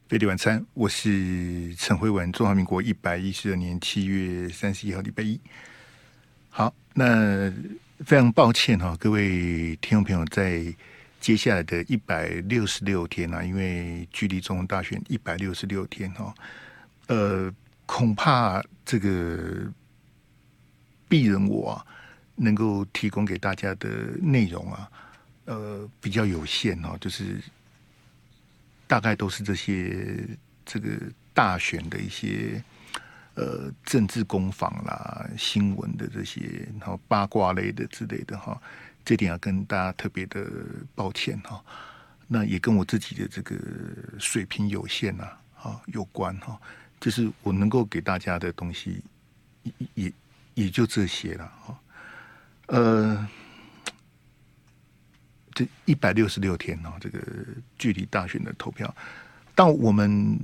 飞碟晚餐，我是陈慧文，中华民国112年7月31号，礼拜一。好，那非常抱歉哈，各位听众朋友，在接下来的166天啊，因为距离总统大选166天哈，恐怕这个鄙人我啊，能够提供给大家的内容啊，比较有限哈，就是大概都是这个大选的一些政治攻防啦、新闻的这些，然后八卦类的之类的哈，这点要跟大家特别的抱歉哈。那也跟我自己的这个水平有限啊，有关哈。就是我能够给大家的东西，也就这些了哈。这166天哦，这个距离大选的投票，到我们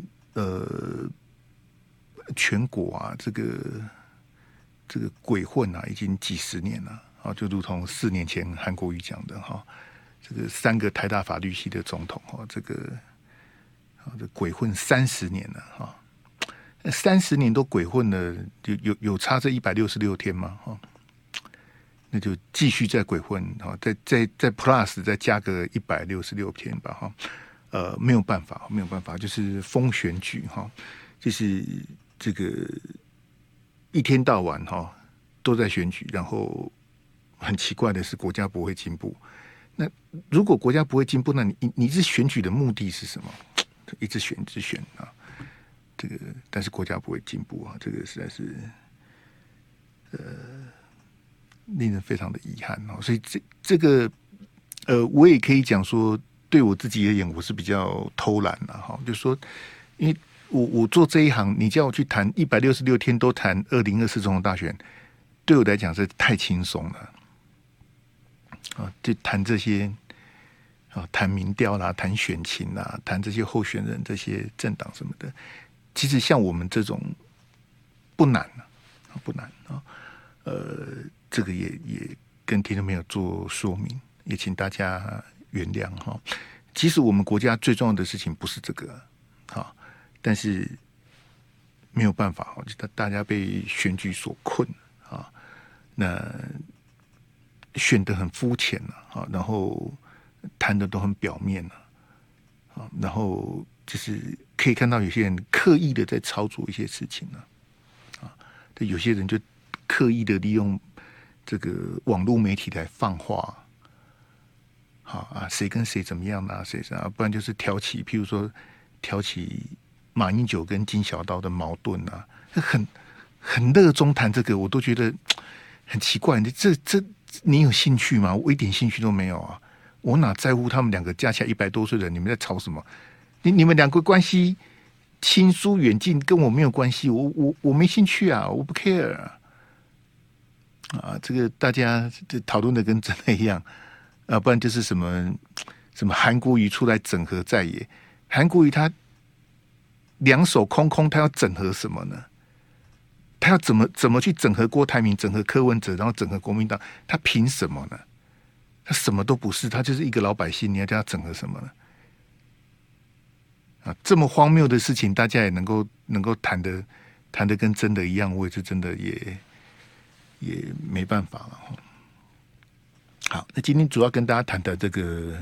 全国啊，这个鬼混啊，已经几十年了啊，就如同4年前韩国瑜讲的哈，这个3个台大法律系的总统哈，这鬼混30年了哈，30年都鬼混了，有差这166天吗？哈。那就继续再鬼混哈，再 plus 再加个166天吧哈，没有办法，就是封选举哈，就是这个一天到晚哈都在选举，然后很奇怪的是国家不会进步。那如果国家不会进步，那你这选举的目的是什么？一直选啊，这个但是国家不会进步啊，这个实在是令人非常的遗憾哦，所以这个我也可以讲说，对我自己而言，我是比较偷懒了哈。就是说，因为我做这一行，你叫我去谈166天都谈2024总统大选，对我来讲是太轻松了啊！就谈这些啊，谈民调啦，谈选情啦，谈这些候选人、这些政党什么的，其实像我们这种不难啊。这个也跟听众朋友做说明，也请大家原谅哈。其实我们国家最重要的事情不是这个哈，但是没有办法，大家被选举所困啊，那选得很肤浅了，然后谈的都很表面了，然后就是可以看到有些人刻意的在操作一些事情了，有些人就刻意的利用这个网络媒体来放话，谁跟谁怎么样啊？谁啊？不然就是譬如说挑起马英九跟金小刀的矛盾啊，很热衷谈这个，我都觉得很奇怪。你有兴趣吗？我一点兴趣都没有啊！我哪在乎他们2个加起来100多岁的人，你们在吵什么？你们2个关系亲疏远近跟我没有关系，我没兴趣啊，我不 care 啊，这个大家讨论的跟真的一样啊，不然就是什么韩国瑜出来整合在野，韩国瑜他2手空空，他要整合什么呢？他要怎么去整合郭台铭、整合柯文哲，然后整合国民党？他凭什么呢？他什么都不是，他就是一个老百姓，你要叫他整合什么呢？啊，这么荒谬的事情，大家也能够谈的跟真的一样，我也是真的也没办法了。好，那今天主要跟大家谈的这个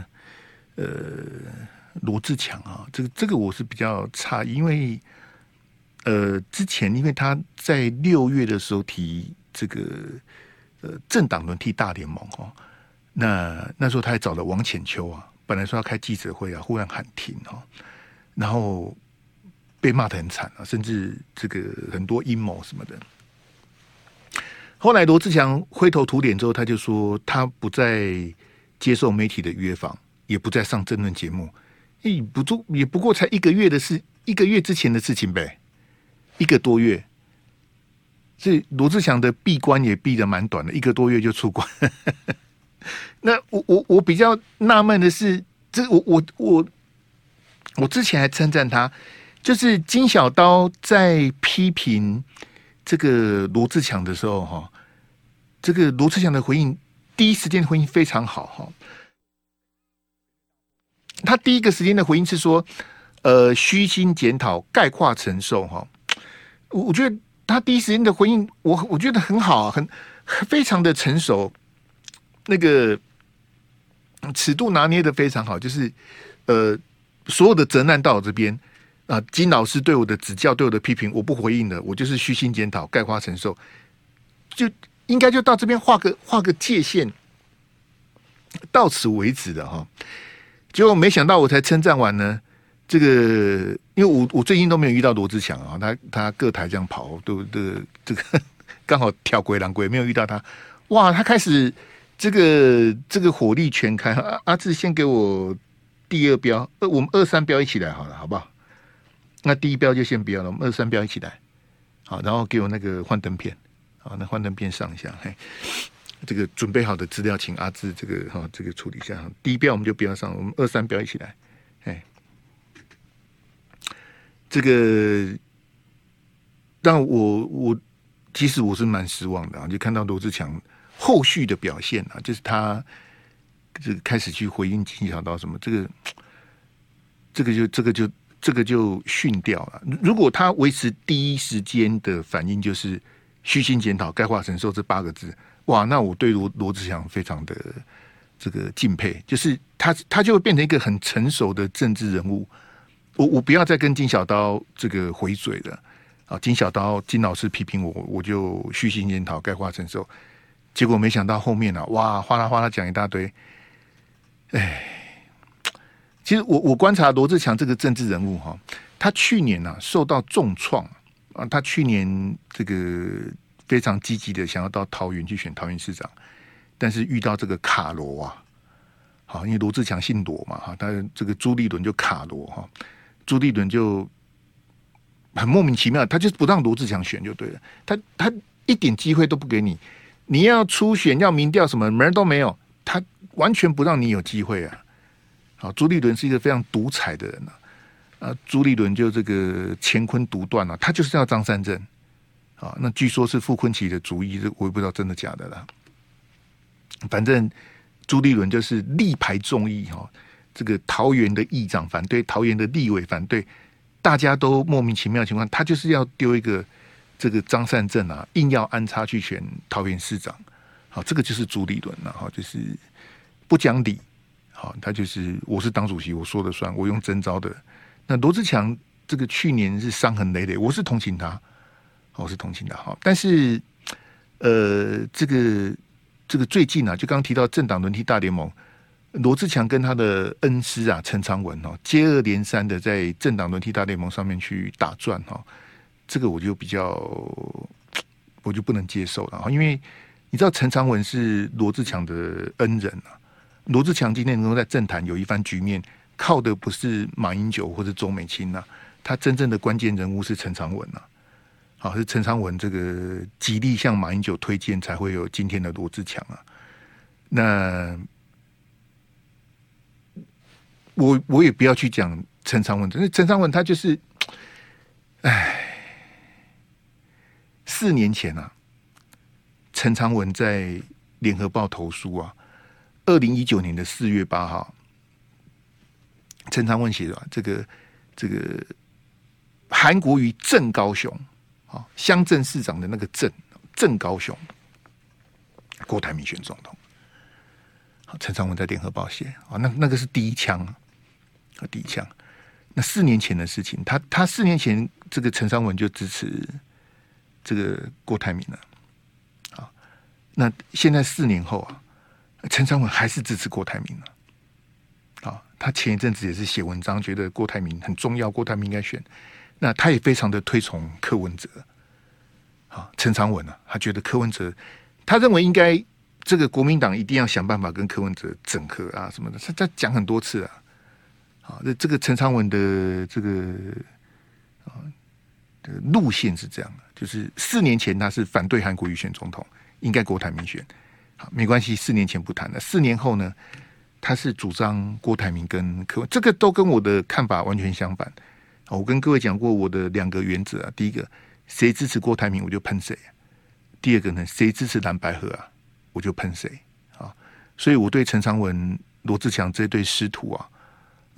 罗智强啊，这个我是比较诧异，因为之前因为他在6月的时候提这个政党轮替大联盟哦，那时候他还找了王浅秋啊，本来说要开记者会啊，忽然喊停哦，然后被骂得很惨啊，甚至这个很多阴谋什么的。后来罗智强灰头土脸之后，他就说他不再接受媒体的约访，也不再上政论节目。也不过才1个月的事，1个月之前的事情呗，1个多月。所以罗智强的闭关也闭得蛮短的，1个多月就出关。那我比较纳闷的是，这我之前还称赞他，就是金小刀在批评这个罗智强的时候，哈，这个罗智强的回应，第一时间的回应非常好，哈。他第一个时间的回应是说， 虚心检讨，概括承受哈。我觉得他第一时间的回应，我觉得很好啊，非常的成熟，那个尺度拿捏的非常好，就是所有的责难到我这边啊，金老师对我的指教、对我的批评，我不回应的，我就是虚心检讨、概括承受，就应该就到这边画个界限，到此为止的哈。结果没想到我才称赞完呢，这个因为我最近都没有遇到罗志强啊，他各台这样跑，都这个刚好挑鬼狼鬼，没有遇到他，哇，他开始这个火力全开，阿志先给我第二标，我们2、3标一起来好了，好不好？那第一标就先不要了，我们2、3标一起来，好，然后给我那个幻灯片，好，那幻灯片上一下，嘿。这个准备好的资料，请阿志这个处理一下。第一标我们就不要上，我们2、3标一起来。哎，这个，但我其实我是蛮失望的啊，就看到罗志强后续的表现啊，就是他这个开始去回应金小刀什么，这个就训掉了。如果他维持第一时间的反应，就是虚心检讨、概括承受这8个字。哇，那我对罗志祥非常的这个敬佩，就是他就会变成一个很成熟的政治人物。我不要再跟金小刀这个回嘴了啊！金老师批评我就虚心检讨、概括承受。结果没想到后面啊，哇，哗啦哗啦讲一大堆。哎，其实我观察罗志强这个政治人物哈，他去年啊受到重创啊，他去年这个。非常积极的想要到桃园去选桃园市长，但是遇到这个卡罗啊，好，因为罗志强姓罗嘛，哈，他这个朱立伦就卡罗哈，朱立伦就很莫名其妙，他就是不让罗志强选就对了，他一点机会都不给你，你要初选要民调什么门都没有，他完全不让你有机会啊。好，朱立伦是一个非常独裁的人啊，朱立伦就这个乾坤独断啊，他就是要张善政。啊，那据说是傅昆萁的主意，我也不知道真的假的啦。反正朱立伦就是力排众议哈，这个桃园的议长反对，桃园的立委反对，大家都莫名其妙的情况，他就是要丢一个这个张善政啊，硬要安插去选桃园市长。好，这个就是朱立伦了哈，就是不讲理。好，他就是我是党主席，我说了算，我用征召的。那罗志强这个去年是伤痕累累，我是同情他。我是同情的哈，但是这个最近啊，就刚刚提到政党轮替大联盟，罗志强跟他的恩师啊陈长文哦，接二连三的在政党轮替大联盟上面去打转哈，这个我就不能接受了，因为你知道陈长文是罗志强的恩人啊，罗志强今天能够在政坛有一番局面，靠的不是马英九或者周美青啊，他真正的关键人物是陈长文啊。好，是陈长文这个极力向马英九推荐，才会有今天的罗志强啊。那我也不要去讲陈长文，因为陈长文他就是，4年前啊，陈长文在联合报投书啊，2019年的4月8号，陈长文写的这个韩国瑜郑高雄。乡镇市长的那个郑高雄，郭台铭选总统。陈长文在联合报写啊，那个是第一枪啊，第一枪。那4年前的事情，他4年前这个陈长文就支持这个郭台铭了啊。那现在4年后啊，陈长文还是支持郭台铭了啊。他前一阵子也是写文章，觉得郭台铭很重要，郭台铭应该选。那他也非常的推崇柯文哲，啊，陈长文啊，他觉得柯文哲，他认为应该这个国民党一定要想办法跟柯文哲整合啊什么的，他讲很多次啊，啊，这个陈长文的这个路线是这样的，就是4年前他是反对韩国瑜选总统，应该郭台铭选，好，没关系，4年前不谈了，4年后呢，他是主张郭台铭跟柯文，这个都跟我的看法完全相反。我跟各位讲过我的2个原则啊，第一个，谁支持郭台铭我就喷谁；第二个呢，谁支持蓝白合啊，我就喷谁啊。所以我对陈长文、罗志强这对师徒啊，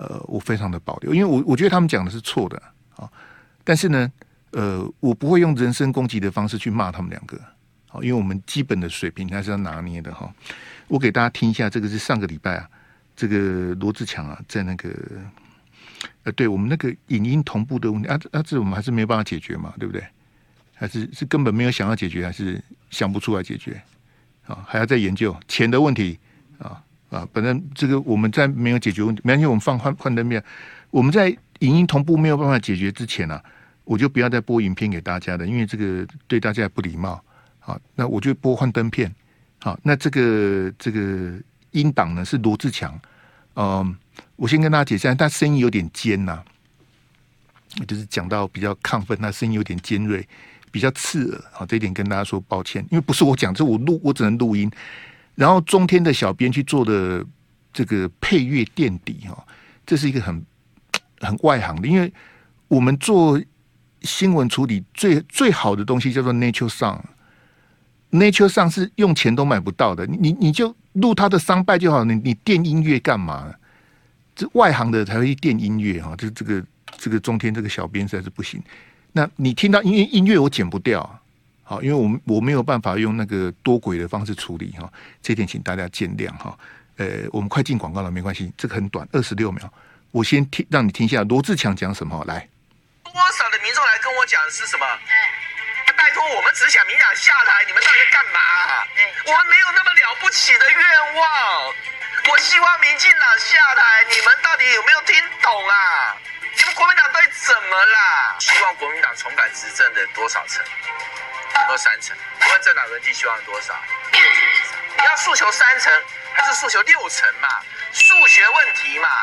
我非常的保留，因为我觉得他们讲的是错的啊。但是呢，我不会用人身攻击的方式去骂他们两个，好，因为我们基本的水平还是要拿捏的哈。我给大家听一下，这个是上个礼拜啊，这个罗志强啊，在那个对我们那个影音同步的问题这我们还是没有办法解决嘛，对不对？还是根本没有想要解决，还是想不出来解决啊？还要再研究钱的问题本正这个我们在没有解决问题，没关系，我们换灯片。我们在影音同步没有办法解决之前啊，我就不要再播影片给大家的，因为这个对大家也不礼貌。好，那我就播幻灯片。好，那这个音档呢是罗志强。我先跟大家解释一下，他声音有点尖呐，就是讲到比较亢奋，他声音有点尖锐，比较刺耳。好，这一点跟大家说抱歉，因为不是我讲，这我只能录音。然后中天的小编去做的这个配乐垫底这是一个很外行的，因为我们做新闻处理最好的东西叫做 Nature Sound。Nature Sound 是用钱都买不到的，你就录他的商拜就好，你垫音乐干嘛？这外行的才会去垫音乐这个中天这个小编实在是不行。那你听到音乐我剪不掉，好，因为我没有办法用那个多轨的方式处理哈，这点请大家见谅哈。我们快进广告了，没关系，这个很短，26秒，我先让你听一下罗志强讲什么。来， 多少的民众来跟我讲是什么？拜托，我们只想民党下台，你们到底在干嘛我们没有那么了不起的愿望。我希望民进党下台，你们到底有没有听懂啊？你们国民党到底怎么啦？希望国民党重返执政的多少成？都3成。请问政党轮替希望多少？6成以上。你要诉求3成，还是诉求6成嘛？数学问题嘛。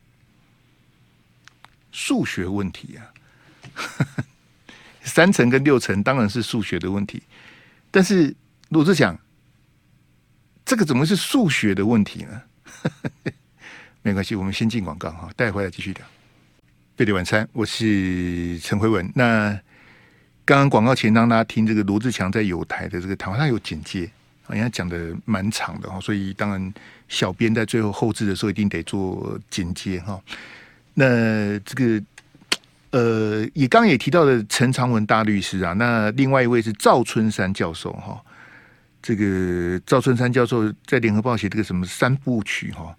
数学问题啊。3成跟6成当然是数学的问题，但是罗志强，这个怎么是数学的问题呢？没关系，我们先进广告哈，待会回来继续聊。贝蒂晚餐，我是陈辉文。那刚刚广告前让大家听这个罗志强在友台的这个谈话，他有简介，人家讲的蛮长的哈，所以当然小编在最后后置的时候一定得做简介哈。那这个。也刚也提到的陈长文大律师啊，那另外一位是赵春山教授哈。这个赵春山教授在联合报写这个什么3部曲哈，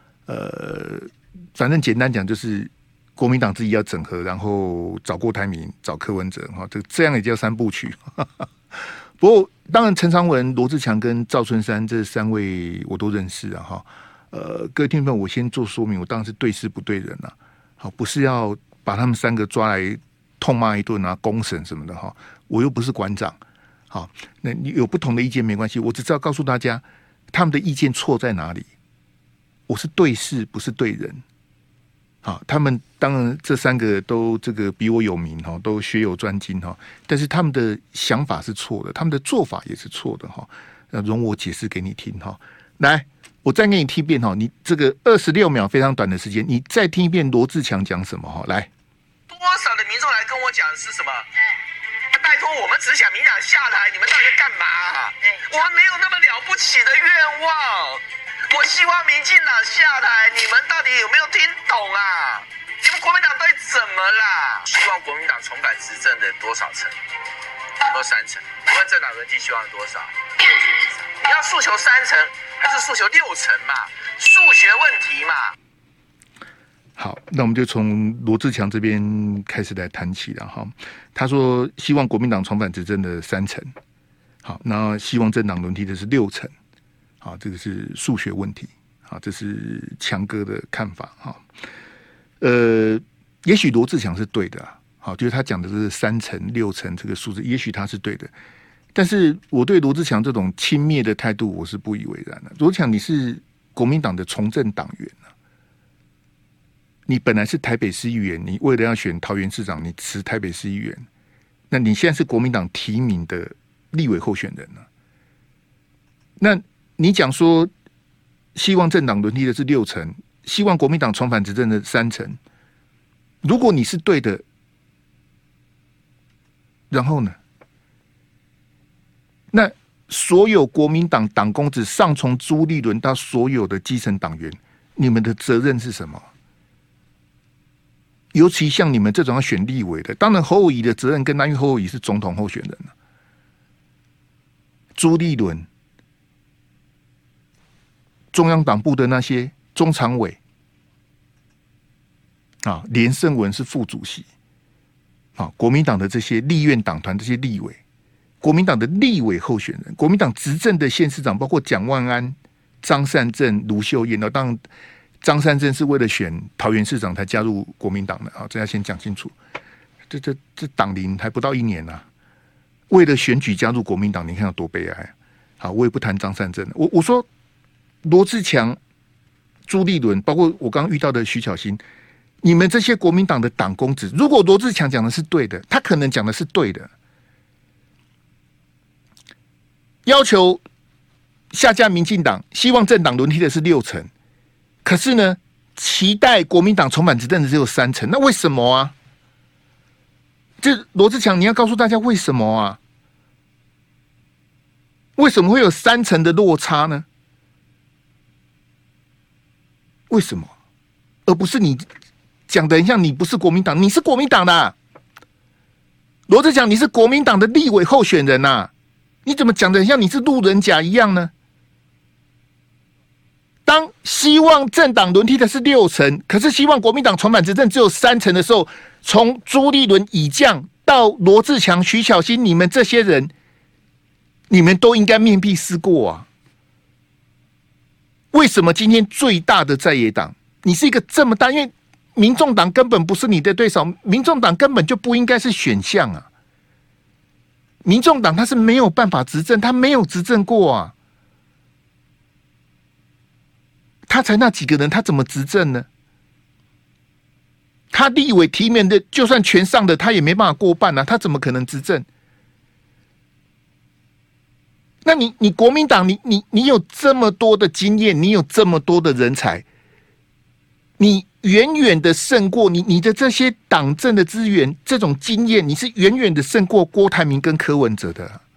反正简单讲就是国民党自己要整合，然后找郭台铭、找柯文哲哈，这样也叫3部曲。不过当然陈长文、罗志强跟赵春山这3位我都认识啊哈。各位听众朋友，我先做说明，我当然是对事不对人啊，好，不是要把他们3个抓来痛骂一顿啊，公审什么的哈，我又不是馆长，好，那你有不同的意见没关系，我只知道告诉大家他们的意见错在哪里。我是对事，不是对人。好，他们当然这3个都这个比我有名哈，都学有专精哈，但是他们的想法是错的，他们的做法也是错的哈。容我解释给你听哈。来，我再给你听一遍哈，你这个26秒非常短的时间，你再听一遍罗志强讲什么哈。来， 多少的民众来跟我讲是什么？拜托，我们只想民党下台，你们到底在干嘛我们没有那么了不起的愿望。我希望民进党下台，你们到底有没有听懂啊？你们国民党到底怎么啦？希望国民党重返执政的多少成？都3成。请问政党轮替希望多少？6成以上。你要诉求3成，还是诉求6成嘛？数学问题嘛。 好，那我们就从罗志强这边开始来谈起了哈。他说希望国民党重返执政的3成，好，那希望政党轮替的是6成，好，这个是数学问题，好，这是强哥的看法哈。也许罗志强是对的，好，就是他讲的是3成、6成这个数字，也许他是对的，但是我对罗志强这种轻蔑的态度，我是不以为然的。罗志强，你是国民党的从政党员啊，你本来是台北市议员，你为了要选桃园市长，你辞台北市议员，那你现在是国民党提名的立委候选人啊，那你讲说希望政党轮替的是6成，希望国民党重返执政的3成，如果你是对的，然后呢？那所有国民党党公子，上从朱立伦到所有的基层党员，你们的责任是什么？ 尤其像你们这种要选立委的，当然侯友宜的责任更大，因为侯友宜是总统候选人啊。朱立伦、中央党部的那些中常委啊，连胜文是副主席啊，国民党的这些立院党团这些立委，国民党的立委候选人，国民党执政的县市长，包括蒋万安、张善政、卢秀燕，当然张善政是为了选桃园市长才加入国民党的啊，这要先讲清楚。这党龄还不到1年啊，为了选举加入国民党，你看有多悲哀。好，我也不谈张善政了，我说罗智强、朱立伦，包括我刚刚遇到的徐巧芯，你们这些国民党的党公子，如果罗智强讲的是对的，他可能讲的是对的，要求下架民进党，希望政党轮替的是6成。可是呢，期待国民党重返执政的只有3成，那为什么啊？这罗智强，你要告诉大家为什么啊？为什么会有3成的落差呢？为什么？而不是你讲的很像你不是国民党，你是国民党的啊。罗智强，你是国民党的立委候选人啊，你怎么讲的很像你是路人甲一样呢？当希望政党轮替的是6成，可是希望国民党重返执政只有3成的时候，从朱立伦以降到罗智强、徐巧芯，你们这些人，你们都应该面壁思过啊！为什么今天最大的在野党，你是一个这么大？因为民众党根本不是你的对手，民众党根本就不应该是选项啊！民众党他是没有办法执政，他没有执政过啊！他才那几个人，他怎么执政呢？他立委提名的，就算全上的，他也没办法过半啊！他怎么可能执政？那你国民党，你有这么多的经验，你有这么多的人才，你远远的胜过你的这些党政的资源，这种经验，你是远远的胜过郭台铭跟柯文哲的啊。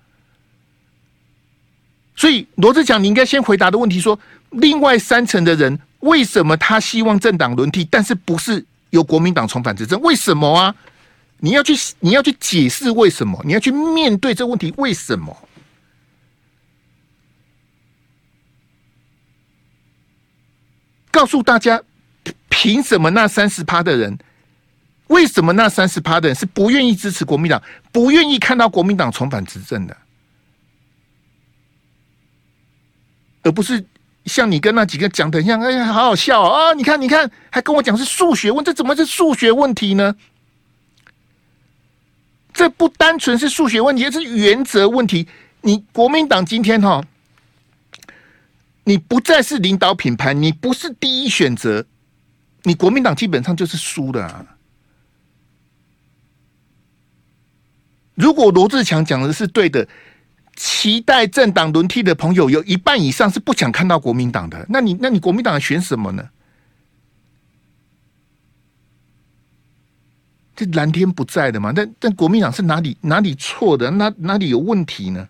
所以罗智强，你应该先回答的问题说，另外3成的人为什么他希望政党轮替，但是不是由国民党重返执政？为什么啊？你要去解释为什么，你要去面对这个问题，为什么？告诉大家，凭什么那30%的人，为什么那30%的人是不愿意支持国民党，不愿意看到国民党重返执政的？而不是像你跟那几个讲的一样，哎呀，好好笑啊！你看，还跟我讲是数学问，这怎么是数学问题呢？这不单纯是数学问题，这是原则问题。你国民党今天你不再是领导品牌，你不是第一选择，你国民党基本上就是输的啊！如果罗智强讲的是对的，期待政党轮替的朋友有1半以上是不想看到国民党的，那你国民党选什么呢？这蓝天不在的嘛？但国民党是哪里错的？哪里有问题呢？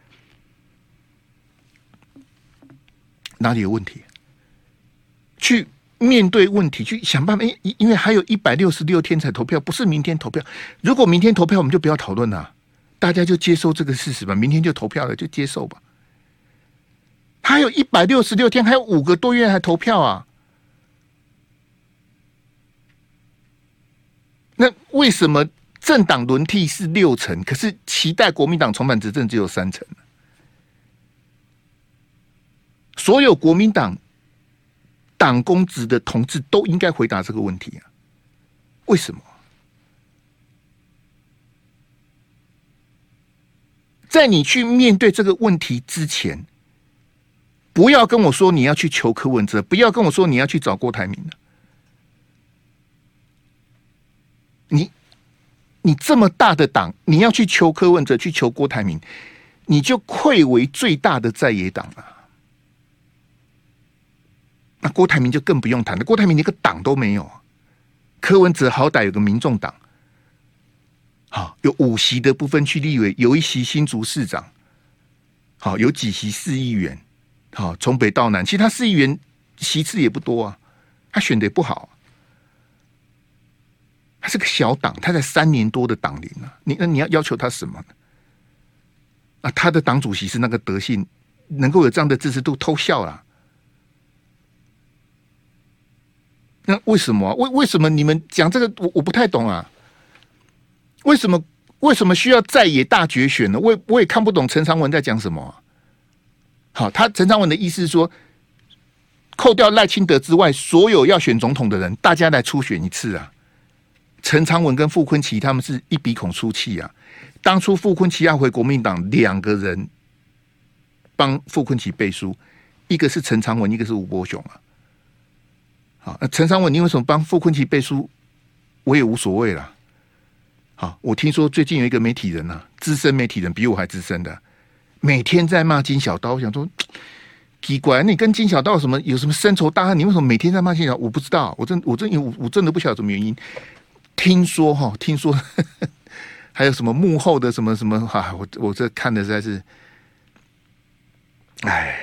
哪里有问题？去面对问题，去想办法。因为还有166天才投票，不是明天投票。如果明天投票，我们就不要讨论了。大家就接受这个事实吧，明天就投票了，就接受吧。还有166天，还有5个多月还投票啊？那为什么政党轮替是6成，可是期待国民党重返执政只有3成？所有国民党党公职的同志都应该回答这个问题啊！为什么？在你去面对这个问题之前，不要跟我说你要去求柯文哲，不要跟我说你要去找郭台铭。你这么大的党，你要去求柯文哲，去求郭台铭，你就愧为最大的在野党了。那郭台铭就更不用谈了，郭台铭连个党都没有，柯文哲好歹有个民众党。好，有5席的不分区立委，有1席新竹市长，好，有几席市议员，好，从北到南，其实他市议员席次也不多啊，他选的也不好。 他是个小党，他才3年多的党龄啊，你要要求他什么呢？啊，他的党主席是那个德性，能够有这样的支持度，偷笑啦。那为什么、啊？为什么你们讲这个我不太懂啊？为什么需要在野大决选呢？我也看不懂陈长文在讲什么、啊。好，陈长文的意思是说，扣掉赖清德之外，所有要选总统的人，大家来初选一次啊。陈长文跟傅昆萁他们是一鼻孔出气啊。当初傅昆萁要回国民党，2个人帮傅昆萁背书，一个是陈长文，一个是吴伯雄啊。好，陈长文，你为什么帮傅昆萁背书？我也无所谓啦。好，我听说最近有一个媒体人啊，资深媒体人比我还资深的，每天在骂金小刀。我想说，奇怪，你跟金小刀有什么深仇大恨？你为什么每天在骂金小刀？我不知道，我真的不晓得什么原因。听说还有什么幕后的什么啊？我这看的实在是，哎，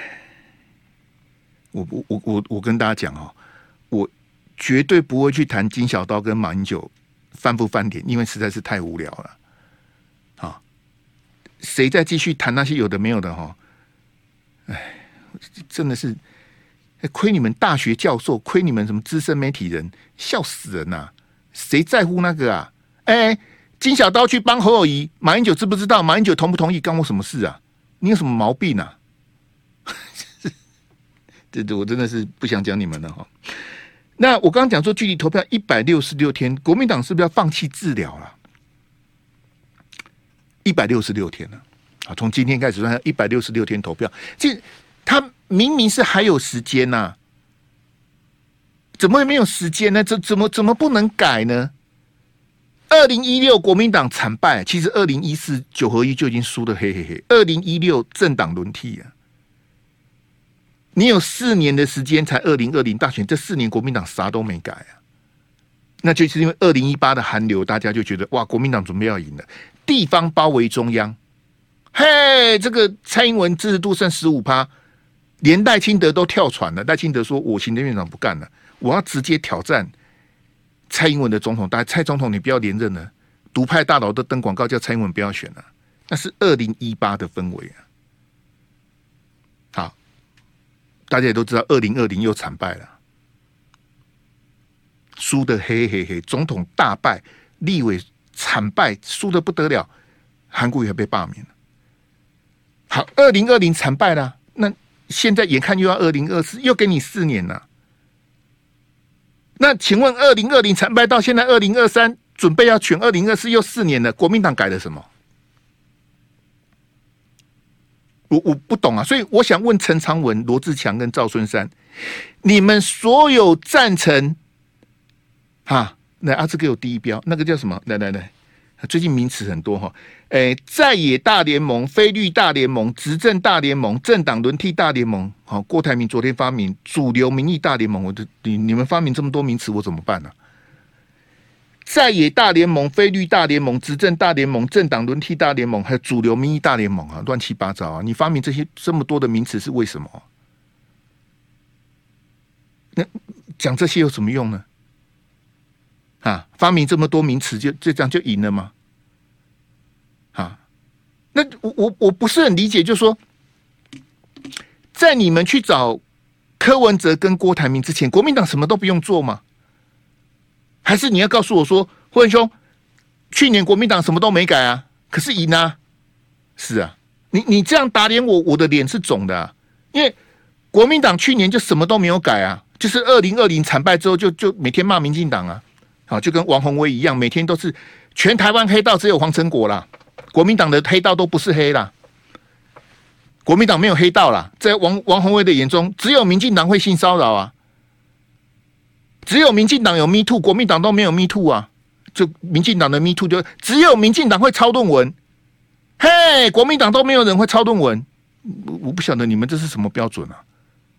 我跟大家讲哦，我绝对不会去谈金小刀跟马英九翻不翻脸，因为实在是太无聊了。啊，谁再继续谈那些有的没有的哈？哎，真的是亏你们大学教授，亏你们什么资深媒体人，笑死人呐、啊！谁在乎那个啊？哎，金小刀去帮侯友宜，马英九知不知道？马英九同不同意？干我什么事啊？你有什么毛病啊？这我真的是不想讲你们了哈。那我刚刚讲说，距离投票166天，国民党是不是要放弃治疗了？166天了啊！从今天开始算166天投票，这他明明是还有时间呐、啊。怎么会没有时间呢？怎么不能改呢？2016国民党惨败，其实20149合1就已经输得黑黑黑。2016政党轮替啊，你有4年的时间才2020大选，这4年国民党啥都没改啊。那就是因为2018的寒流，大家就觉得哇，国民党准备要赢了，地方包围中央，嘿，这个蔡英文支持度剩15%，连赖清德都跳船了。赖清德说：“我行政院长不干了。”我要直接挑战蔡英文的总统，蔡总统你不要连任了，独派大佬都登广告叫蔡英文不要选了，那是2018的氛围啊。好，大家也都知道2020又惨败了，输得黑黑黑，总统大败，立委惨败，输得不得了，韩国瑜被罢免了。好，2020惨败了，那现在眼看又要2024，又给你4年了。那请问2020惨败到现在2023准备要选2024又4年了，国民党改了什么？我不懂啊，所以我想问陈长文、罗智强跟赵春山，你们所有赞成啊？来，这个有第一标，那个叫什么？来，最近名词很多哈，在野大联盟、非绿大联盟、执政大联盟、政党轮替大联盟。好，郭台铭昨天发明主流民意大联盟，你们发明这么多名词，我怎么办呢、啊？在野大联盟、非绿大联盟、执政大联盟、政党轮替大联盟，还有主流民意大联盟啊，乱七八糟啊！你发明这么多的名词是为什么？那讲这些有什么用呢？啊，发明这么多名词就这样就赢了吗？啊，那我不是很理解，就是说，在你们去找柯文哲跟郭台铭之前，国民党什么都不用做吗？还是你要告诉我说，霍文兄，去年国民党什么都没改啊，可是赢啊？是啊，你这样打脸我，我的脸是肿的啊，因为国民党去年就什么都没有改啊，就是2020惨败之后就每天骂民进党啊。好，就跟王宏威一样，每天都是全台湾黑道只有黄成国啦，国民党的黑道都不是黑啦，国民党没有黑道啦，在王宏威的眼中，只有民进党会性骚扰啊，只有民进党有 Me Too， 国民党都没有 Me Too 啊，就民进党的 Me Too 就只有民进党会抄论文，嘿，国民党都没有人会抄论文，我不晓得你们这是什么标准啊？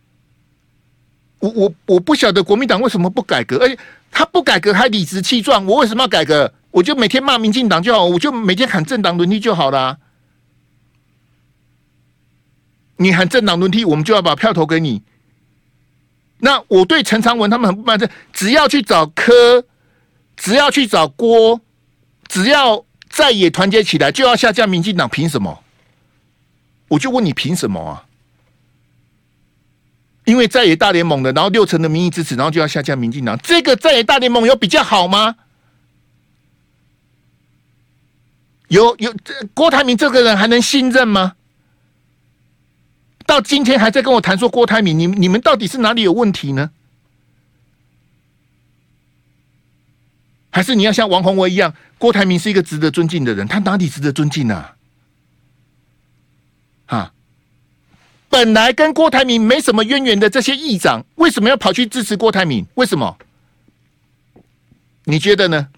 我不晓得国民党为什么不改革，而且他不改革还理直气壮。我为什么要改革？我就每天骂民进党就好，我就每天喊政党轮替就好了、啊。你喊政党轮替，我们就要把票投给你。那我对陈长文他们很不满，只要去找柯只要去找郭，只要在野团结起来，就要下架民进党，凭什么？我就问你，凭什么啊？因为在野大联盟的，然后60%的民意支持，然后就要下架民进党，这个在野大联盟有比较好吗？有郭台铭这个人还能信任吗？到今天还在跟我谈说郭台铭，你们到底是哪里有问题呢？还是你要像王宏维一样，郭台铭是一个值得尊敬的人，他哪里值得尊敬啊？啊，本来跟郭台铭没什么渊源的这些议长，为什么要跑去支持郭台铭？为什么？你觉得呢？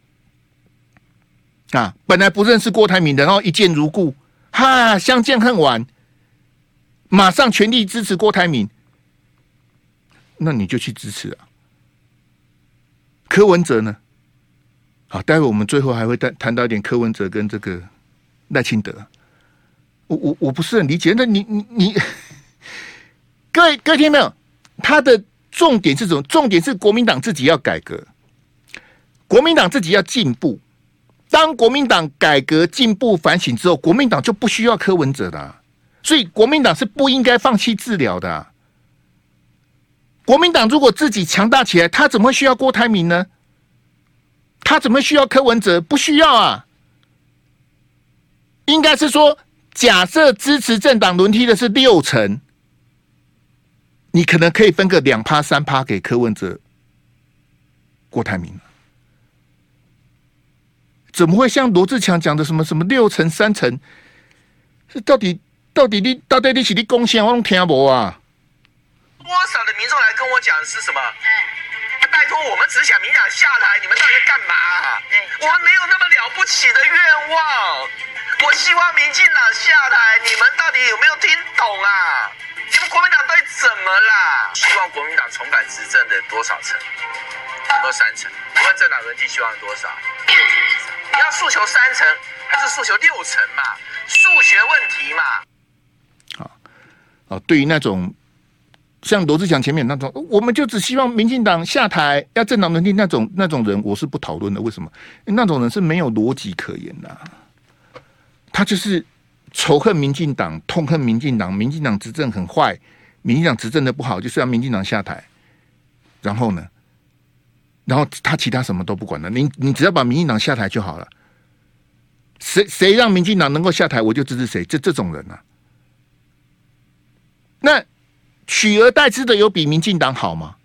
啊，本来不认识郭台铭的，然后一见如故，哈，相见恨晚，马上全力支持郭台铭，那你就去支持啊。柯文哲呢？好，待会我们最后还会谈到一点柯文哲跟这个赖清德。我不是很理解，那你各位听到没有？他的重点是什么？重点是国民党自己要改革，国民党自己要进步。当国民党改革、进步、反省之后，国民党就不需要柯文哲的啊，所以国民党是不应该放弃治疗的啊。国民党如果自己强大起来，他怎么会需要郭台铭呢？他怎么会需要柯文哲？不需要啊。应该是说，假设支持政党轮替的是60%，你可能可以分个2%、3%给柯文哲、郭台铭。怎么会像罗志强讲的什么6%、3%？是到底你是你贡献，我都听不啊？ 多少的民众来跟我讲是什么？拜托，我们只想民进党下台，你们到底在干嘛啊？我们没有那么了不起的愿望。我希望民进党下台，你们到底有没有听懂啊？你们国民党到底怎么啦？希望国民党重返执政的多少成？都3成。你问政党轮替希望多少？60%以上。你要诉求3成，还是诉求6成嘛？数学问题嘛。 好，对于那种像罗志祥前面那种，我们就只希望民进党下台，要政党轮替那种人，我是不讨论的。为什么？那种人是没有逻辑可言的，他就是仇恨民进党，痛恨民进党，民进党执政很坏，民进党执政的不好，就是要民进党下台。然后呢？然后他其他什么都不管了，你只要把民进党下台就好了。谁让民进党能够下台，我就支持谁。这种人啊，那取而代之的有比民进党好吗？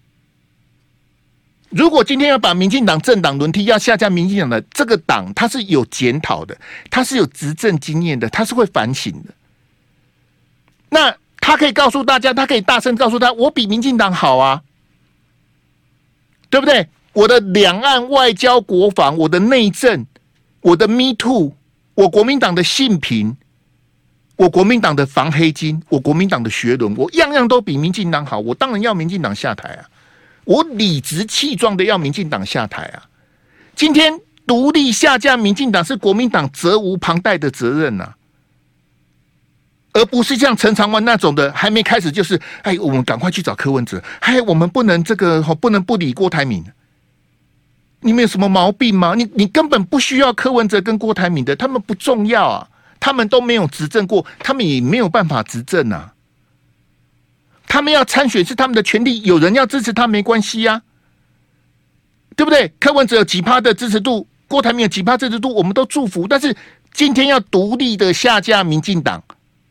如果今天要把民进党政党轮替，要下架民进党的这个党，它是有检讨的，它是有执政经验的，它是会反省的。那他可以告诉大家，他可以大声告诉他，我比民进党好啊。对不对？我的两岸外交国防，我的内政，我的 Me Too， 我国民党的性平，我国民党的防黑金，我国民党的学伦，我样样都比民进党好，我当然要民进党下台啊！我理直气壮的要民进党下台啊！今天独立下架民进党是国民党责无旁贷的责任啊，而不是像陈长文那种的，还没开始就是，哎，我们赶快去找柯文哲，哎，我们不能不能不理郭台铭，你们有什么毛病吗？你根本不需要柯文哲跟郭台铭的，他们不重要啊，他们都没有执政过，他们也没有办法执政啊。他们要参选是他们的权利，有人要支持他没关系啊，对不对？柯文哲有几%的支持度，郭台铭有几%支持度，我们都祝福。但是今天要独立的下架民进党。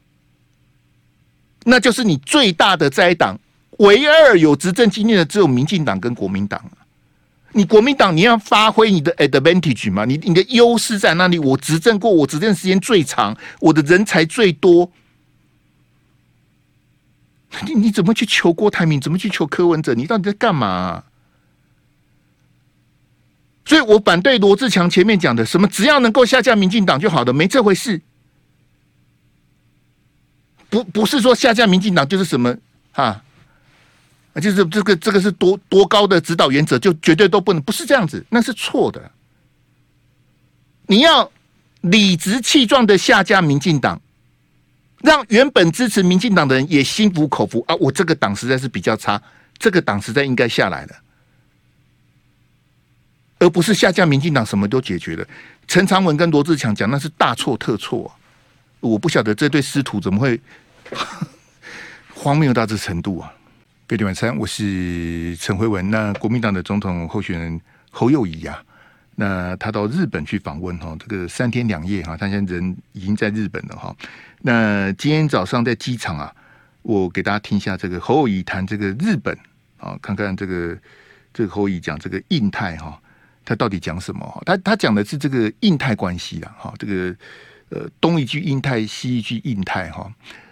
那就是你最大的在野党，唯二有执政经验的只有民进党跟国民党。你国民党你要发挥你的 advantage 嘛，你的优势在哪里？我执政过，我执政时间最长，我的人才最多。你怎么去求郭台铭？怎么去求柯文哲？你到底在干嘛啊？所以我反对罗志强前面讲的什么只要能够下架民进党就好了，没这回事。不是说下架民进党就是什么啊，就是这个是多高的指导原则，就绝对都不能，不是这样子，那是错的。你要理直气壮的下架民进党，让原本支持民进党的人也心服口服啊！我这个党实在是比较差，这个党实在应该下来了。 而不是下架民进党什么都解决了。陈长文跟罗志强讲那是大错特错、我不晓得这对师徒怎么会荒谬到这程度啊！贝蒂晚餐，我是陈辉文。那国民党的总统候选人侯友宜啊，那他到日本去访问哈，这个3天2夜哈，他现在人已经在日本了哈。那今天早上在机场啊，我给大家听一下这个侯友宜谈这个日本啊，看看这个侯友宜讲这个印太哈，他到底讲什么？他讲的是这个印太关系啦哈，这个东一句印太，西一句印太哈，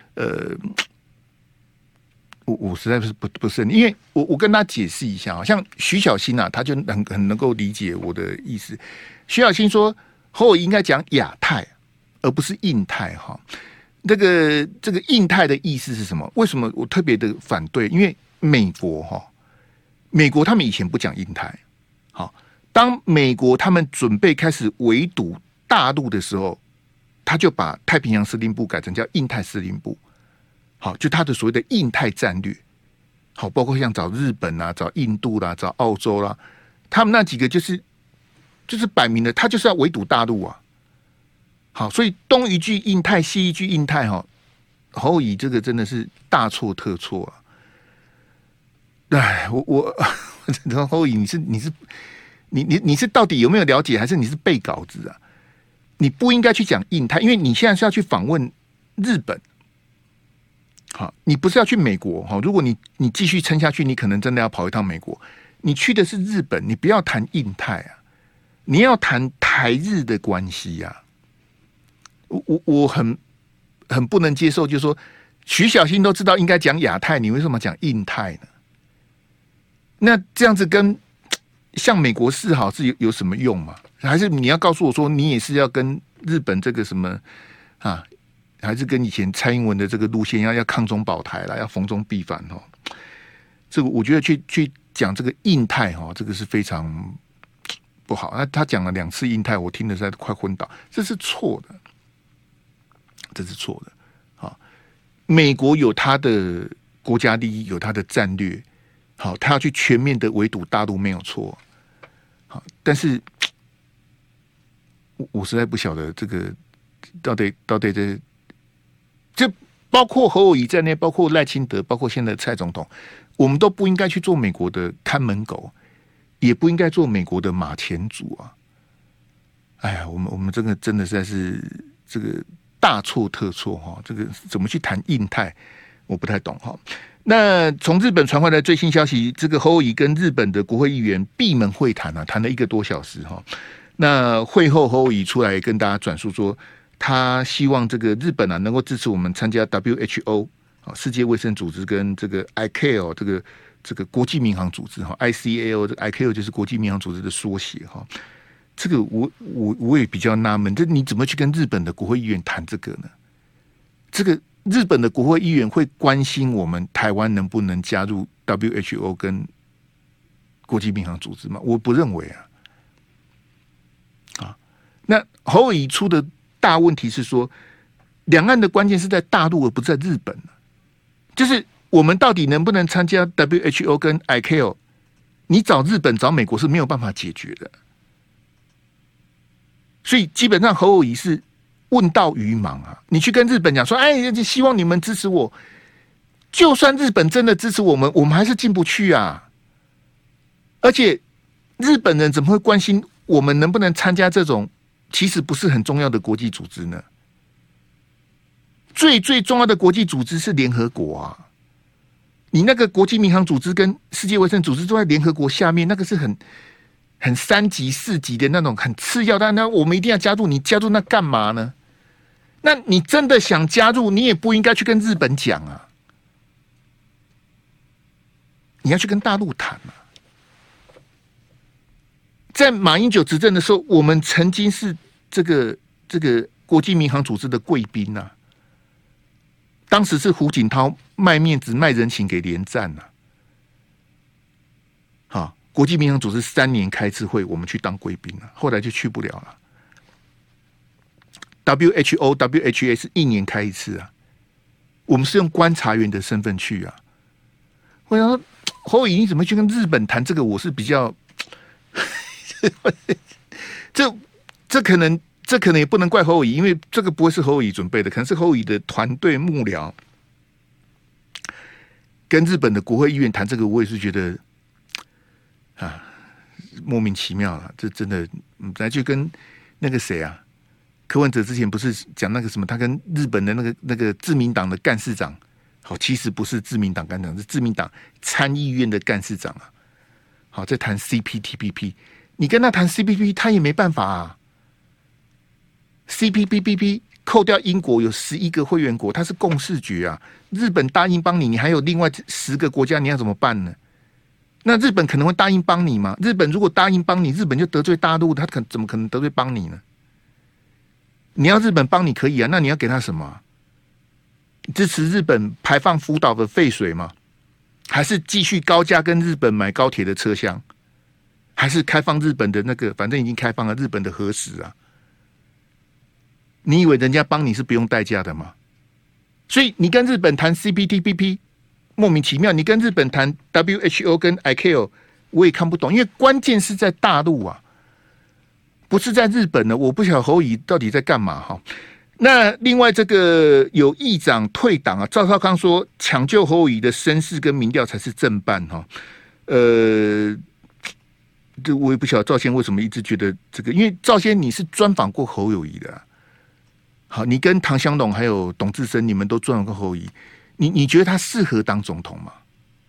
我实在不是，因为我跟他解释一下啊，像徐小新啊，他就很能够理解我的意思。徐小新说，侯友宜应该讲亚太，而不是印太哈。这个印太的意思是什么？为什么我特别的反对？因为美国他们以前不讲印太，好，当美国他们准备开始围堵大陆的时候，他就把太平洋司令部改成叫印太司令部。好，就他的所谓的印太战略，好，包括像找日本啊、找印度啦、找澳洲啦，他们那几个就是摆明了，他就是要围堵大陆啊。好，所以东一句印太，西一句印太，哈，侯友宜这个真的是大错特错啊！哎，我侯友宜，你是到底有没有了解，还是你是背稿子啊？你不应该去讲印太，因为你现在是要去访问日本。好，你不是要去美国哈？如果你继续撑下去，你可能真的要跑一趟美国。你去的是日本，你不要谈印太啊，你要谈台日的关系啊。我很不能接受，就是说徐小新都知道应该讲亚太，你为什么讲印太呢？那这样子跟向美国示好是有什么用吗？还是你要告诉我说，你也是要跟日本这个什么啊？还是跟以前蔡英文的这个路线要抗中保台啦，要逢中必反哦。这个我觉得去讲这个印太哈，这个是非常不好。他讲了2次印太，我听得实在快昏倒，这是错的，这是错的。好，美国有他的国家利益，有他的战略，好，他要去全面的围堵大陆没有错。好，但是我实在不晓得这个到底这包括侯友宜在内，包括赖清德，包括现在的蔡总统，我们都不应该去做美国的看门狗，也不应该做美国的马前卒啊！哎呀，我们这个真的实在是这个大错特错哈！这个怎么去谈印太，我不太懂哈。那从日本传回来最新消息，这个侯友宜跟日本的国会议员闭门会谈啊，谈了1个多小时哈。那会后侯友宜出来跟大家转述说，他希望这个日本啊能够支持我们参加 WHO 世界卫生组织跟这个 ICAO 这个国际民航组织哈 ICAO 这个 ICAO 就是国际民航组织的缩写哈。这个我也比较纳闷，这你怎么去跟日本的国会议员谈这个呢？这个日本的国会议员会关心我们台湾能不能加入 WHO 跟国际民航组织吗？我不认为啊。那侯友宜出的大问题是说，两岸的关键是在大陆，而不是在日本。就是我们到底能不能参加 WHO 跟 ICAO？ 你找日本、找美国是没有办法解决的。所以基本上侯友宜是问道于盲啊！你去跟日本讲说，哎，希望你们支持我。就算日本真的支持我们，我们还是进不去啊！而且日本人怎么会关心我们能不能参加这种其实不是很重要的国际组织呢？最重要的国际组织是联合国啊！你那个国际民航组织跟世界卫生组织都在联合国下面，那个是很3级4级的那种很次要的，那我们一定要加入，你加入那干嘛呢？那你真的想加入，你也不应该去跟日本讲啊，你要去跟大陆谈啊。在马英九执政的时候，我们曾经是这个国际民航组织的贵宾啊。当时是胡锦涛卖面子卖人情给连战啊。好，国际民航组织3年开一次会，我们去当贵宾了，后来就去不了了。WHO、WHA 是1年开一次啊，我们是用观察员的身份去啊。我想说，侯友宜你怎么去跟日本谈这个？我是比较这可能也不能怪侯友宜，因为这个不会是侯友宜准备的，可能是侯友宜的团队幕僚跟日本的国会议员谈这个，我也是觉得啊莫名其妙了。这真的，来就跟那个谁啊，柯文哲之前不是讲那个什么，他跟日本的那个自民党的干事长，好，其实不是自民党干事长，是自民党参议院的干事长啊。好，在谈 CPTPP， 你跟他谈 CPTPP， 他也没办法啊。CPTPP 扣掉英国有11个会员国，它是共识决啊。日本答应帮你，你还有另外10个国家，你要怎么办呢？那日本可能会答应帮你吗？日本如果答应帮你，日本就得罪大陆，他怎么可能得罪帮你呢？你要日本帮你可以啊，那你要给他什么？支持日本排放福岛的废水吗？还是继续高价跟日本买高铁的车厢？还是开放日本的那个，反正已经开放了日本的核食啊？你以为人家帮你是不用代价的吗？所以你跟日本谈 CPTPP 莫名其妙，你跟日本谈 WHO 跟 ICAO 我也看不懂，因为关键是在大陆啊，不是在日本呢。我不晓得侯友宜到底在干嘛哈。那另外这个有议长退党啊，赵少康说抢救侯友宜的声势跟民调才是正办哈。这我也不晓得赵先为什么一直觉得这个，因为赵先你是专访过侯友宜的啊。好，你跟唐湘龙还有董志生，你们都专访过侯友宜，你觉得他适合当总统吗？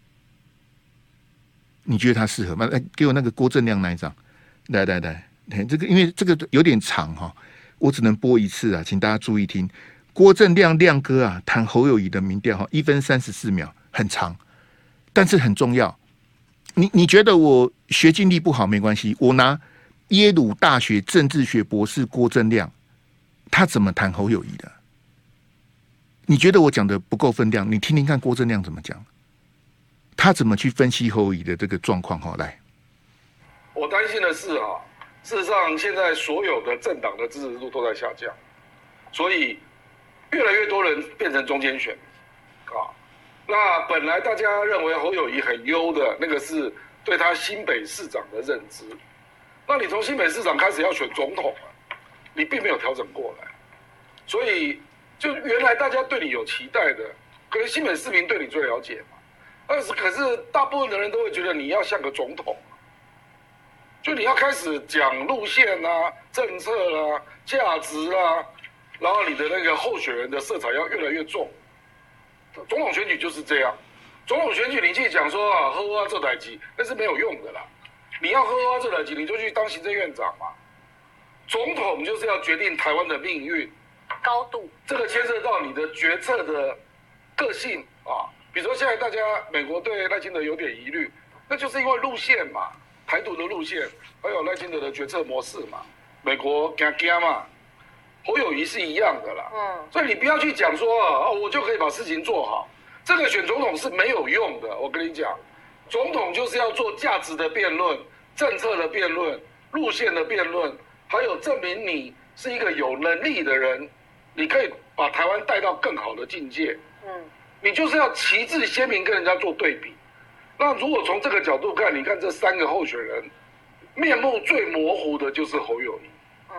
你觉得他适合吗？给我那个郭正亮那一张，来，这个因为这个有点长哈，我只能播一次啊，请大家注意听。郭正亮亮哥啊，谈侯友宜的民调哈，1分34秒，很长，但是很重要。你觉得我学经历不好没关系，我拿耶鲁大学政治学博士郭正亮。他怎么谈侯友宜的？你觉得我讲的不够分量？你听听看郭正亮怎么讲，他怎么去分析侯友宜的这个状况？好，来， 我担心的是啊，事实上现在所有的政党的支持度都在下降，所以越来越多人变成中间选民啊。那本来大家认为侯友宜很优的那个是对他新北市长的认知，那你从新北市长开始要选总统了。你并没有调整过来，所以就原来大家对你有期待的，可能新北市民对你最了解嘛。可是大部分的人都会觉得你要像个总统，就你要开始讲路线啊、政策啊、价值啊，然后你的那个候选人的色彩要越来越重。总统选举就是这样，总统选举你去讲说啊，喝啊这台机那是没有用的啦。你要喝啊这台机，你就去当行政院长嘛。总统就是要决定台湾的命运高度，这个牵涉到你的决策的个性啊。比如说现在大家美国对赖清德有点疑虑，那就是因为路线嘛，台独的路线，还有赖清德的决策模式嘛，美国惊嘛，侯友宜是一样的啦。所以你不要去讲说哦，我就可以把事情做好，这个选总统是没有用的。我跟你讲，总统就是要做价值的辩论、政策的辩论、路线的辩论。还有证明你是一个有能力的人，你可以把台湾带到更好的境界。你就是要旗帜鲜明跟人家做对比。那如果从这个角度看，你看这3个候选人，面目最模糊的就是侯友宜。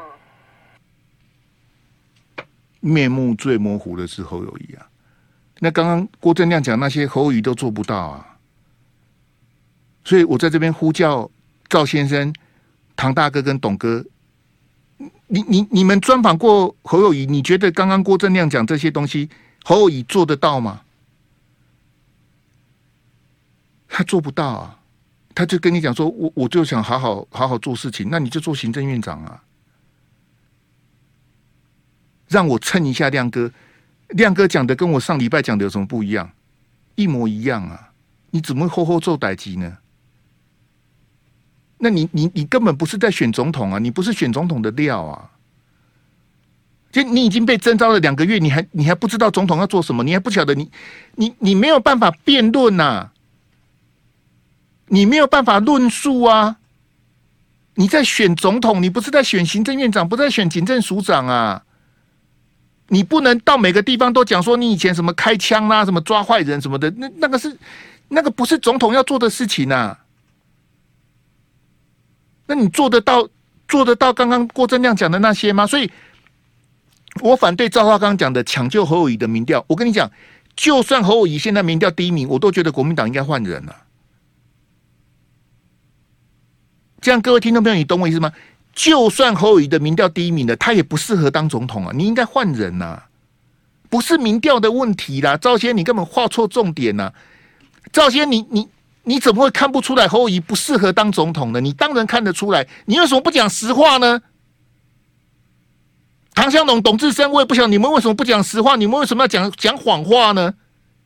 面目最模糊的是侯友宜啊。那刚刚郭正亮讲那些侯友宜都做不到啊，所以我在这边呼叫赵先生、唐大哥跟董哥。你们专访过侯友宜，你觉得刚刚郭正亮讲这些东西，侯友宜做得到吗？他做不到啊，他就跟你讲说，我就想好好做事情，那你就做行政院长啊，让我蹭一下亮哥。亮哥讲的跟我上礼拜讲的有什么不一样？一模一样啊，你怎么会做代志呢？那你根本不是在选总统啊，你不是选总统的料啊！就你已经被征召了2个月，你还不知道总统要做什么，你还不晓得你没有办法辩论呐，你没有办法论述啊！你在选总统，你不是在选行政院长，不是在选警政署长啊！你不能到每个地方都讲说你以前什么开枪啦、什么抓坏人什么的，那个不是总统要做的事情啊！ 那你做得到刚刚郭正亮讲的那些吗？所以我反对赵少康讲的抢救侯友宜的民调。我跟你讲，就算侯友宜现在民调第一名，我都觉得国民党应该换人了。这样各位听众朋友，你懂我意思吗？就算侯友宜的民调第一名了，他也不适合当总统啊！你应该换人啊，不是民调的问题啦。赵先，你根本画错重点啦。赵先，你怎么会看不出来侯友宜不适合当总统呢？你当然看得出来，你为什么不讲实话呢？唐湘龙、董志生，我也不晓得你们为什么不讲实话，你们为什么要讲谎话呢？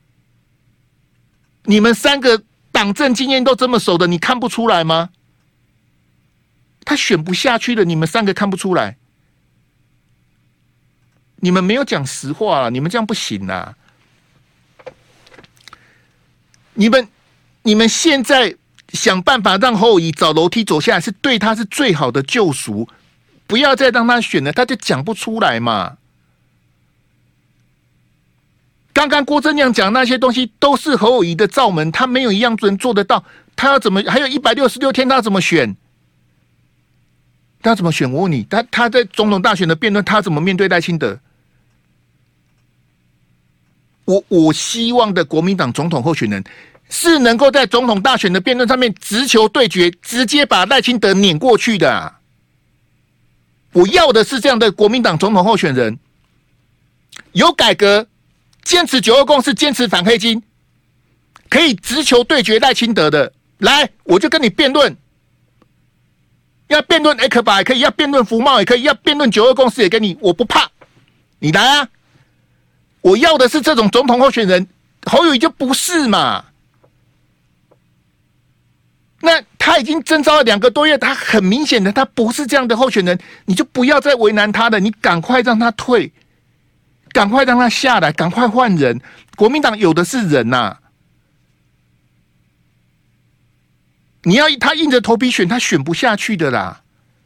你们三个党政经验都这么熟的，你看不出来吗？他选不下去了，你们三个看不出来？你们没有讲实话啊，你们这样不行啊！你们现在想办法让侯友宜找楼梯走下来，是对他是最好的救赎。不要再让他选了，他就讲不出来嘛。刚刚郭正亮讲那些东西都是侯友宜的罩门，他没有一样人做得到。他要怎么？还有166天，他怎么选？他怎么选？我问你，他在总统大选的辩论，他怎么面对赖清德？我希望的国民党总统候选人是能够在总统大选的辩论上面直球对决，直接把赖清德碾过去的啊。我要的是这样的国民党总统候选人，有改革，坚持9·2共识，坚持反黑金，可以直球对决赖清德的。来，我就跟你辩论，要辩论 X 法也可以，要辩论服贸也可以，要辩论9·2共识也给你，我不怕，你来啊！我要的是这种总统候选人，侯友宜就不是嘛。那他已经征召了2个多月，他很明显的他不是这样的候选人，你就不要再为难他了，你赶快让他退，赶快让他下来，赶快换人。国民党有的是人呐、你要他硬着头皮选，他选不下去的啦。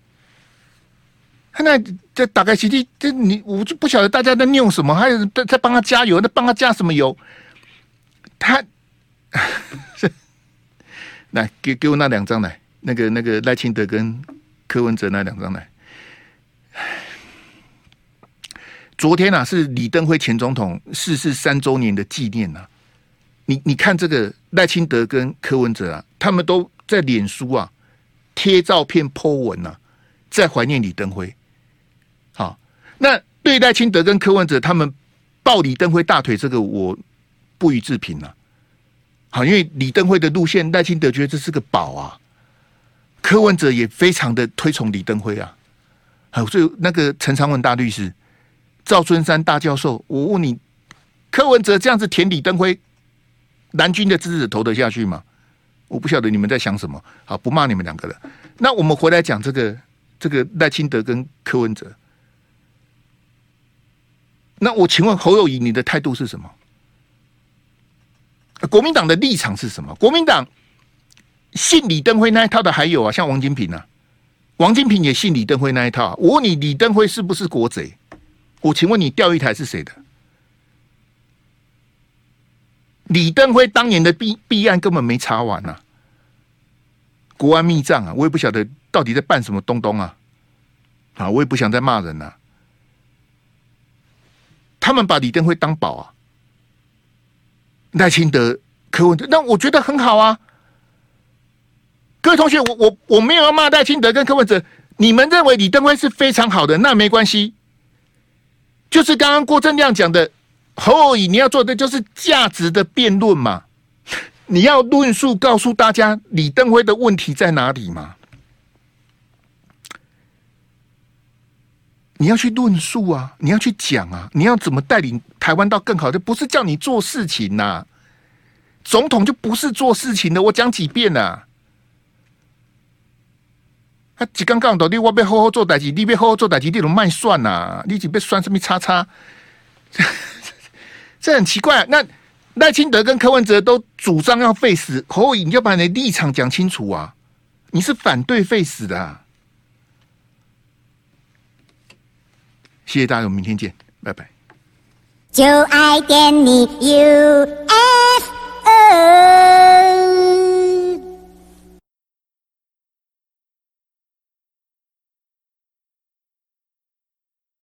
那这大概其实我就不晓得大家在拗什么，还有在帮他加油，在帮他加什么油？他。来，给我那2张来，那个赖清德跟柯文哲那2张来。昨天啊，是李登辉前总统逝世3周年的纪念啊。你看这个赖清德跟柯文哲啊，他们都在脸书啊贴照片 po 文啊，在怀念李登辉。好，那对赖清德跟柯文哲他们抱李登辉大腿，这个我不予置评啊。好，因为李登辉的路线，赖清德觉得这是个宝啊，柯文哲也非常的推崇李登辉啊。好，所以那个陈长文大律师、赵春山大教授，我问你，柯文哲这样子舔李登辉，蓝军的支持者投得下去吗？我不晓得你们在想什么。好，不骂你们2个了。那我们回来讲这个赖清德跟柯文哲。那我请问侯友宜，你的态度是什么？国民党的立场是什么？国民党信李登辉那一套的还有啊，像王金平啊，王金平也信李登辉那一套啊。我问你，李登辉是不是国贼？我请问你，钓鱼台是谁的？李登辉当年的弊案根本没查完啊，国安密账啊，我也不晓得到底在办什么东东啊。啊，我也不想再骂人啊。他们把李登辉当宝啊。赖清德、柯文哲，那我觉得很好啊。各位同学，我没有要骂赖清德跟柯文哲，你们认为李登辉是非常好的，那没关系。就是刚刚郭正亮讲的，侯友宜你要做的就是价值的辩论嘛，你要论述告诉大家李登辉的问题在哪里嘛。你要去论述啊，你要去讲啊，你要怎么带领台湾到更好的，不是叫你做事情呐、啊。总统就不是做事情的，我讲几遍啊。他一刚刚到底我要好好做代志，你要好好做代志，你都卖算呐，你只要算什么叉叉，这很奇怪、啊。那赖清德跟柯文哲都主张要废死，侯友宜你要把你的立场讲清楚啊，你是反对废死的、啊。谢谢大家，我们明天见，拜拜。 就爱点你 UFO。